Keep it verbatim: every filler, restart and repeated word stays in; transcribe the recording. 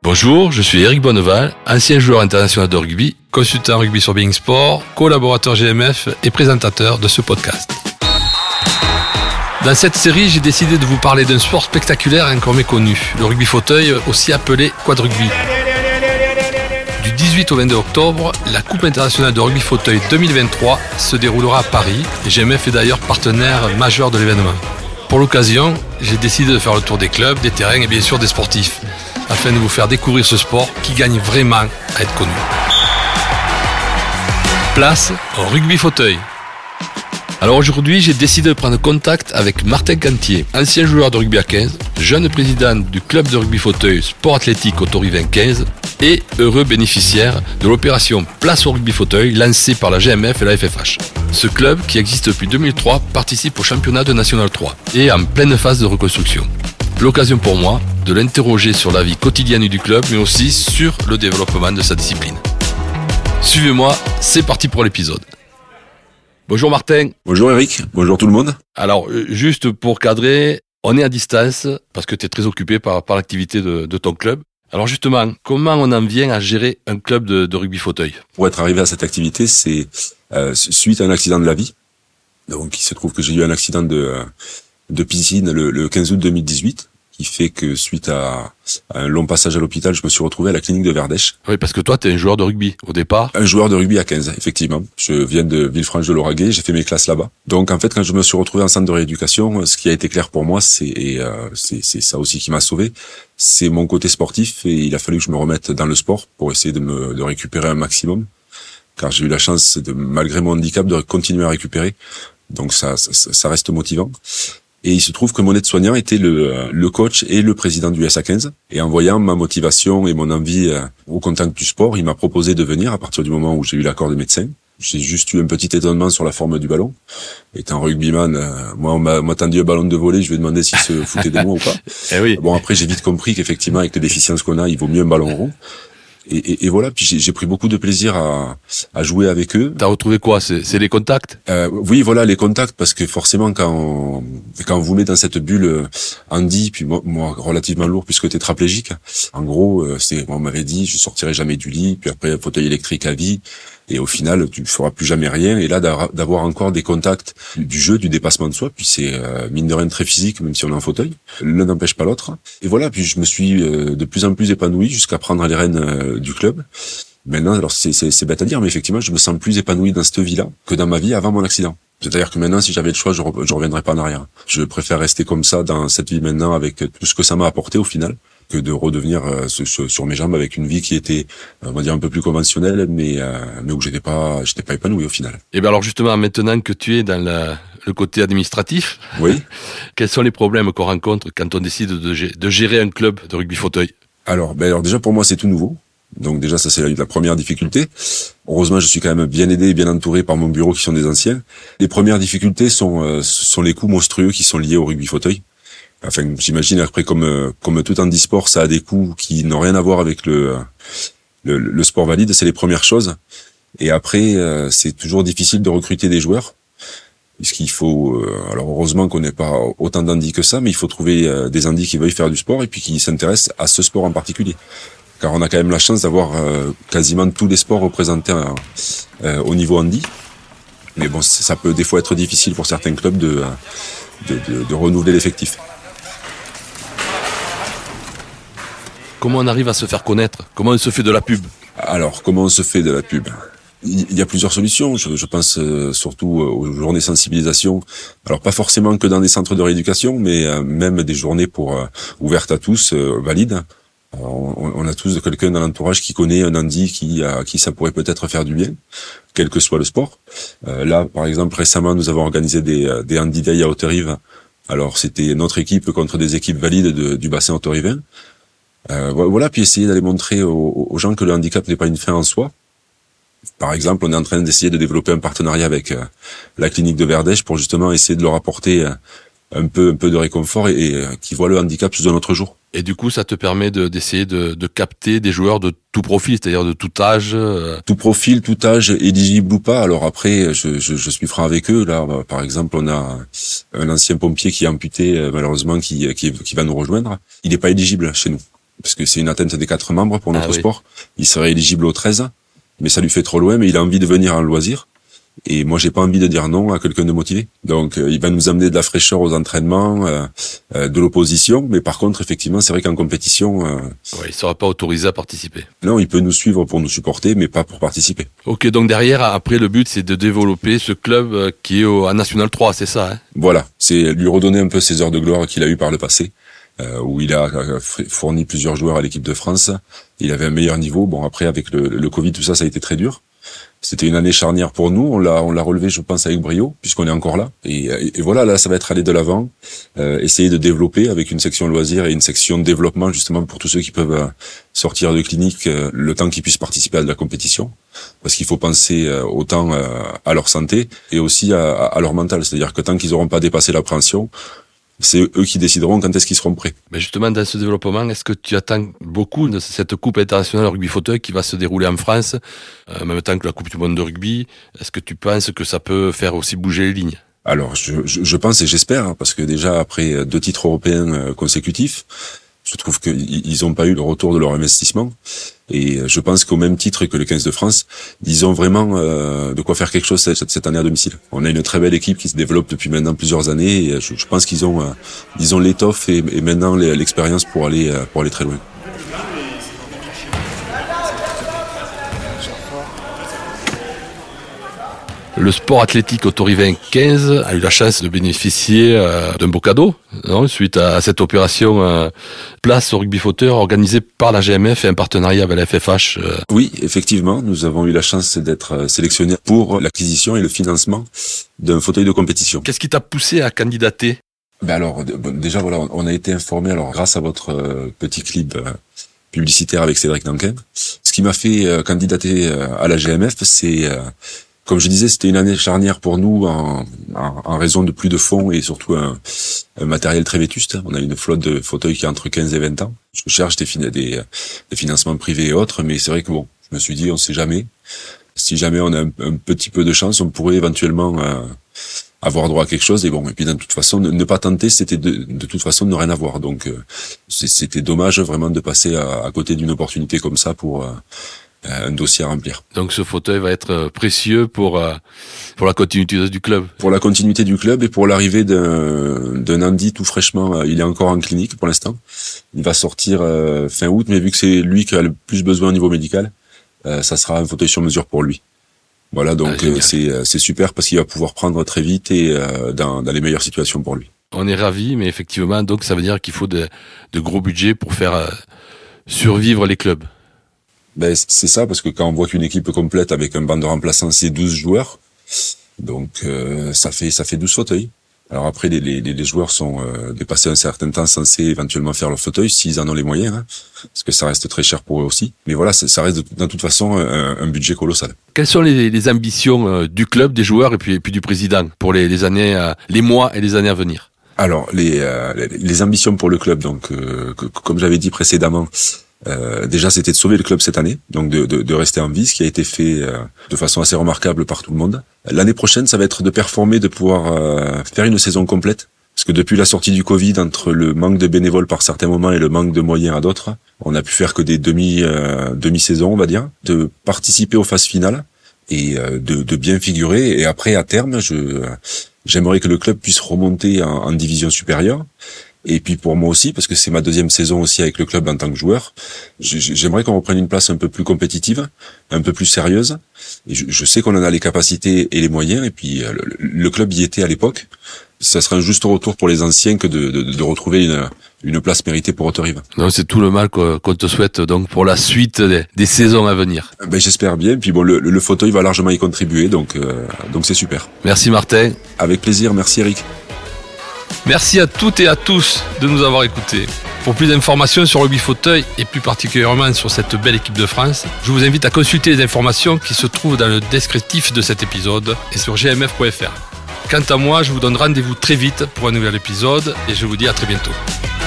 Bonjour, je suis Eric Bonneval, ancien joueur international de rugby, consultant rugby sur Bein Sport, collaborateur G M F et présentateur de ce podcast. Dans cette série, j'ai décidé de vous parler d'un sport spectaculaire et encore méconnu, le rugby fauteuil, aussi appelé quad rugby. Du dix-huit au vingt-deux octobre, la Coupe internationale de rugby fauteuil deux mille vingt-trois se déroulera à Paris et G M F est d'ailleurs partenaire majeur de l'événement. Pour l'occasion, j'ai décidé de faire le tour des clubs, des terrains et bien sûr des sportifs, afin de vous faire découvrir ce sport qui gagne vraiment à être connu. Place au rugby fauteuil. Alors aujourd'hui, j'ai décidé de prendre contact avec Martin Cantier, ancien joueur de rugby à quinze, jeune président du club de rugby fauteuil Sport Athlétique Autorivain quinze et heureux bénéficiaire de l'opération Place au rugby fauteuil lancée par la G M F et la F F H. Ce club, qui existe depuis deux mille trois, participe au championnat de National trois et en pleine phase de reconstruction. L'occasion pour moi de l'interroger sur la vie quotidienne du club, mais aussi sur le développement de sa discipline. Suivez-moi, c'est parti pour l'épisode. Bonjour Martin. Bonjour Eric, bonjour tout le monde. Alors, juste pour cadrer, on est à distance parce que tu es très occupé par, par l'activité de, de ton club. Alors justement, comment on en vient à gérer un club de, de rugby fauteuil ? Pour être arrivé à cette activité, c'est euh, suite à un accident de la vie. Donc il se trouve que j'ai eu un accident de, de piscine le, le quinze août deux mille dix-huit, qui fait que suite à, à un long passage à l'hôpital, je me suis retrouvé à la clinique de Verdèche. Oui, parce que toi, tu es un joueur de rugby au départ. Un joueur de rugby à quinze, effectivement. Je viens de Villefranche-de-Lauragais, j'ai fait mes classes là-bas. Donc en fait, quand je me suis retrouvé en centre de rééducation, ce qui a été clair pour moi, c'est et euh, c'est, c'est ça aussi qui m'a sauvé, c'est mon côté sportif, et il a fallu que je me remette dans le sport pour essayer de me de récupérer un maximum, car j'ai eu la chance, de, malgré mon handicap, de continuer à récupérer. Donc ça, ça, ça reste motivant. Et il se trouve que mon aide-soignant était le, le coach et le président du S A quinze. Et en voyant ma motivation et mon envie au contact du sport, il m'a proposé de venir à partir du moment où j'ai eu l'accord des médecins. J'ai juste eu un petit étonnement sur la forme du ballon. Étant rugbyman, euh, moi, on m'a, m'a tendu un ballon de volley, je lui ai demandé s'il se foutait de moi ou pas. Eh oui. Bon, après, j'ai vite compris qu'effectivement, avec les déficiences qu'on a, il vaut mieux un ballon rond. Et, et, et voilà, puis j'ai, j'ai pris beaucoup de plaisir à, à jouer avec eux. T'as retrouvé quoi ? C'est, c'est les contacts ? euh, Oui, voilà, les contacts, parce que forcément, quand on, quand on vous met dans cette bulle handi, puis moi, moi relativement lourd puisque tétraplégique, en gros, c'est, on m'avait dit, je sortirai jamais du lit, puis après, fauteuil électrique à vie, et au final, tu ne feras plus jamais rien. Et là, d'avoir encore des contacts du jeu, du dépassement de soi, puis c'est euh, mine de rien très physique, même si on est en fauteuil, l'un n'empêche pas l'autre. Et voilà, puis je me suis euh, de plus en plus épanoui jusqu'à prendre les rênes euh, du club. Maintenant, alors c'est, c'est, c'est bête à dire, mais effectivement, je me sens plus épanoui dans cette vie-là que dans ma vie avant mon accident. C'est-à-dire que maintenant, si j'avais le choix, je, re, je reviendrais pas en arrière. Je préfère rester comme ça dans cette vie maintenant, avec tout ce que ça m'a apporté au final, que de redevenir euh, sur, sur mes jambes avec une vie qui était, on va dire, un peu plus conventionnelle, mais euh, mais où j'étais pas, j'étais pas épanoui au final. Et bien alors justement, maintenant que tu es dans la, le côté administratif, oui. Quels sont les problèmes qu'on rencontre quand on décide de, de gérer un club de rugby fauteuil ? Alors, ben alors déjà pour moi c'est tout nouveau. Donc déjà ça c'est la, la première difficulté. Heureusement je suis quand même bien aidé et bien entouré par mon bureau qui sont des anciens. Les premières difficultés sont euh, sont les coûts monstrueux qui sont liés au rugby fauteuil. Enfin, j'imagine après comme comme tout handisport, ça a des coûts qui n'ont rien à voir avec le le, le sport valide. C'est les premières choses. Et après, euh, c'est toujours difficile de recruter des joueurs, puisqu'il faut. Euh, alors heureusement qu'on n'est pas autant d'handis que ça, mais il faut trouver euh, des handis qui veuillent faire du sport et puis qui s'intéressent à ce sport en particulier. Car on a quand même la chance d'avoir euh, quasiment tous les sports représentés euh, euh, au niveau handi. Mais bon, ça peut des fois être difficile pour certains clubs de de, de, de renouveler l'effectif. Comment on arrive à se faire connaître ? Comment on se fait de la pub ? Alors, comment on se fait de la pub ? Il y a plusieurs solutions. Je, je pense euh, surtout aux journées sensibilisation. Alors, pas forcément que dans des centres de rééducation, mais euh, même des journées pour euh, ouvertes à tous, euh, valides. Alors, on, on a tous quelqu'un dans l'entourage qui connaît un handi qui, à qui ça pourrait peut-être faire du bien, quel que soit le sport. Euh, là, par exemple, récemment, nous avons organisé des, des handi day à Haute-Rive. Alors, c'était notre équipe contre des équipes valides de, du bassin haute-rivain. Euh, voilà, puis essayer d'aller montrer aux, aux gens que le handicap n'est pas une fin en soi. Par exemple, on est en train d'essayer de développer un partenariat avec euh, la clinique de Verdèche pour justement essayer de leur apporter euh, un peu un peu de réconfort et, et euh, qui voient le handicap sous un autre jour. Et du coup, ça te permet de, d'essayer de, de capter des joueurs de tout profil, c'est-à-dire de tout âge. Euh... Tout profil, tout âge, éligible ou pas. Alors après, je, je, je suis franc avec eux. Là, par exemple, on a un ancien pompier qui est amputé, malheureusement, qui, qui, qui va nous rejoindre. Il n'est pas éligible chez nous. parce que c'est une atteinte des quatre membres pour notre ah, oui. sport. Il serait éligible aux treize, mais ça lui fait trop loin, mais il a envie de venir en loisir. Et moi, j'ai pas envie de dire non à quelqu'un de motivé. Donc, euh, il va nous amener de la fraîcheur aux entraînements, euh, euh, de l'opposition. Mais par contre, effectivement, c'est vrai qu'en compétition... Euh, ouais, il sera pas autorisé à participer. Non, il peut nous suivre pour nous supporter, mais pas pour participer. Ok, donc derrière, après, le but, c'est de développer ce club qui est au, à National trois, c'est ça, hein? Voilà, c'est lui redonner un peu ses heures de gloire qu'il a eues par le passé, euh, où il a fourni plusieurs joueurs à l'équipe de France. Il avait un meilleur niveau. Bon, après, avec le, le Covid, tout ça, ça a été très dur. C'était une année charnière pour nous, on l'a on l'a relevé, je pense, avec brio, puisqu'on est encore là. Et, et, et voilà, là, ça va être aller de l'avant, euh, essayer de développer avec une section loisirs et une section développement, justement, pour tous ceux qui peuvent euh, sortir de clinique, euh, le temps qu'ils puissent participer à de la compétition. Parce qu'il faut penser euh, autant euh, à leur santé et aussi à, à leur mental. C'est-à-dire que tant qu'ils n'auront pas dépassé l'appréhension, c'est eux qui décideront quand est-ce qu'ils seront prêts. Mais justement, dans ce développement, est-ce que tu attends beaucoup de cette Coupe internationale de rugby fauteuil qui va se dérouler en France, en même temps que la Coupe du monde de rugby? Est-ce que tu penses que ça peut faire aussi bouger les lignes? Alors, je, je, je pense et j'espère, hein, parce que déjà, après deux titres européens consécutifs, je trouve qu'ils n'ont pas eu le retour de leur investissement. Et je pense qu'au même titre que le quinze de France, ils ont vraiment euh, de quoi faire quelque chose cette, cette année à domicile. On a une très belle équipe qui se développe depuis maintenant plusieurs années. Et je, je pense qu'ils ont, euh, ils ont l'étoffe et, et maintenant l'expérience pour aller, euh, pour aller très loin. Le sport athlétique Autorivain quinze a eu la chance de bénéficier euh, d'un beau cadeau, non, suite à cette opération euh, Place au rugby fauteuil organisée par la G M F et un partenariat avec la F F H. Euh. Oui, effectivement, nous avons eu la chance d'être sélectionnés pour l'acquisition et le financement d'un fauteuil de compétition. Qu'est-ce qui t'a poussé à candidater? Ben alors, déjà voilà, on a été informé alors grâce à votre euh, petit clip euh, publicitaire avec Cédric Nankin. Ce qui m'a fait euh, candidater euh, à la G M F, c'est euh, comme je disais, c'était une année charnière pour nous en, en, en raison de plus de fonds et surtout un, un matériel très vétuste. On a une flotte de fauteuils qui a entre quinze et vingt ans. Je cherche des, des, des financements privés et autres, mais c'est vrai que bon, je me suis dit, on sait jamais. Si jamais on a un, un petit peu de chance, on pourrait éventuellement euh, avoir droit à quelque chose. Et bon, et puis de toute façon, ne, ne pas tenter, c'était de, de toute façon ne rien avoir. Donc, euh, c'était dommage vraiment de passer à, à côté d'une opportunité comme ça pour... Euh, un dossier à remplir. Donc ce fauteuil va être précieux pour pour la continuité du club. Pour la continuité du club et pour l'arrivée d'un d'un Andy tout fraîchement, il est encore en clinique pour l'instant. Il va sortir euh, fin août, mais vu que c'est lui qui a le plus besoin au niveau médical, euh, ça sera un fauteuil sur mesure pour lui. Voilà, donc ah, euh, c'est c'est super parce qu'il va pouvoir prendre très vite et euh, dans dans les meilleures situations pour lui. On est ravis, mais effectivement, donc ça veut dire qu'il faut de de gros budgets pour faire euh, survivre les clubs. Ben, c'est ça, parce que quand on voit qu'une équipe complète avec un banc de remplaçants, c'est douze joueurs. Donc, euh, ça fait, ça fait douze fauteuils. Alors après, les, les, les joueurs sont, euh, dépassés un certain temps censés éventuellement faire leur fauteuil, s'ils en ont les moyens, hein, parce que ça reste très cher pour eux aussi. Mais voilà, ça, ça reste de, de toute façon un, un budget colossal. Quelles sont les, les ambitions euh, du club, des joueurs et puis, et puis du président pour les, les années, euh, les mois et les années à venir? Alors, les, euh, les, les ambitions pour le club, donc, euh, que, comme j'avais dit précédemment, Euh, déjà, c'était de sauver le club cette année, donc de, de, de rester en vie, ce qui a été fait euh, de façon assez remarquable par tout le monde. L'année prochaine, ça va être de performer, de pouvoir euh, faire une saison complète, parce que depuis la sortie du Covid, entre le manque de bénévoles par certains moments et le manque de moyens à d'autres, on a pu faire que des demi euh, demi-saisons, on va dire, de participer aux phases finales et euh, de, de bien figurer. Et après, à terme, je j'aimerais que le club puisse remonter en, en division supérieure. Et puis pour moi aussi, parce que c'est ma deuxième saison aussi avec le club en tant que joueur, j'aimerais qu'on reprenne une place un peu plus compétitive, un peu plus sérieuse. Et je, je sais qu'on en a les capacités et les moyens, et puis le, le club y était à l'époque. Ça serait un juste retour pour les anciens que de, de, de retrouver une, une place méritée pour Autorive. Non, c'est tout le mal qu'on te souhaite donc pour la suite des, des saisons à venir. Ben j'espère bien. Puis bon, le, le fauteuil va largement y contribuer, donc euh, donc c'est super. Merci Martin. Avec plaisir, merci Eric. Merci à toutes et à tous de nous avoir écoutés. Pour plus d'informations sur le rugby fauteuil et plus particulièrement sur cette belle équipe de France, je vous invite à consulter les informations qui se trouvent dans le descriptif de cet épisode et sur g m f point f r. Quant à moi, je vous donne rendez-vous très vite pour un nouvel épisode et je vous dis à très bientôt.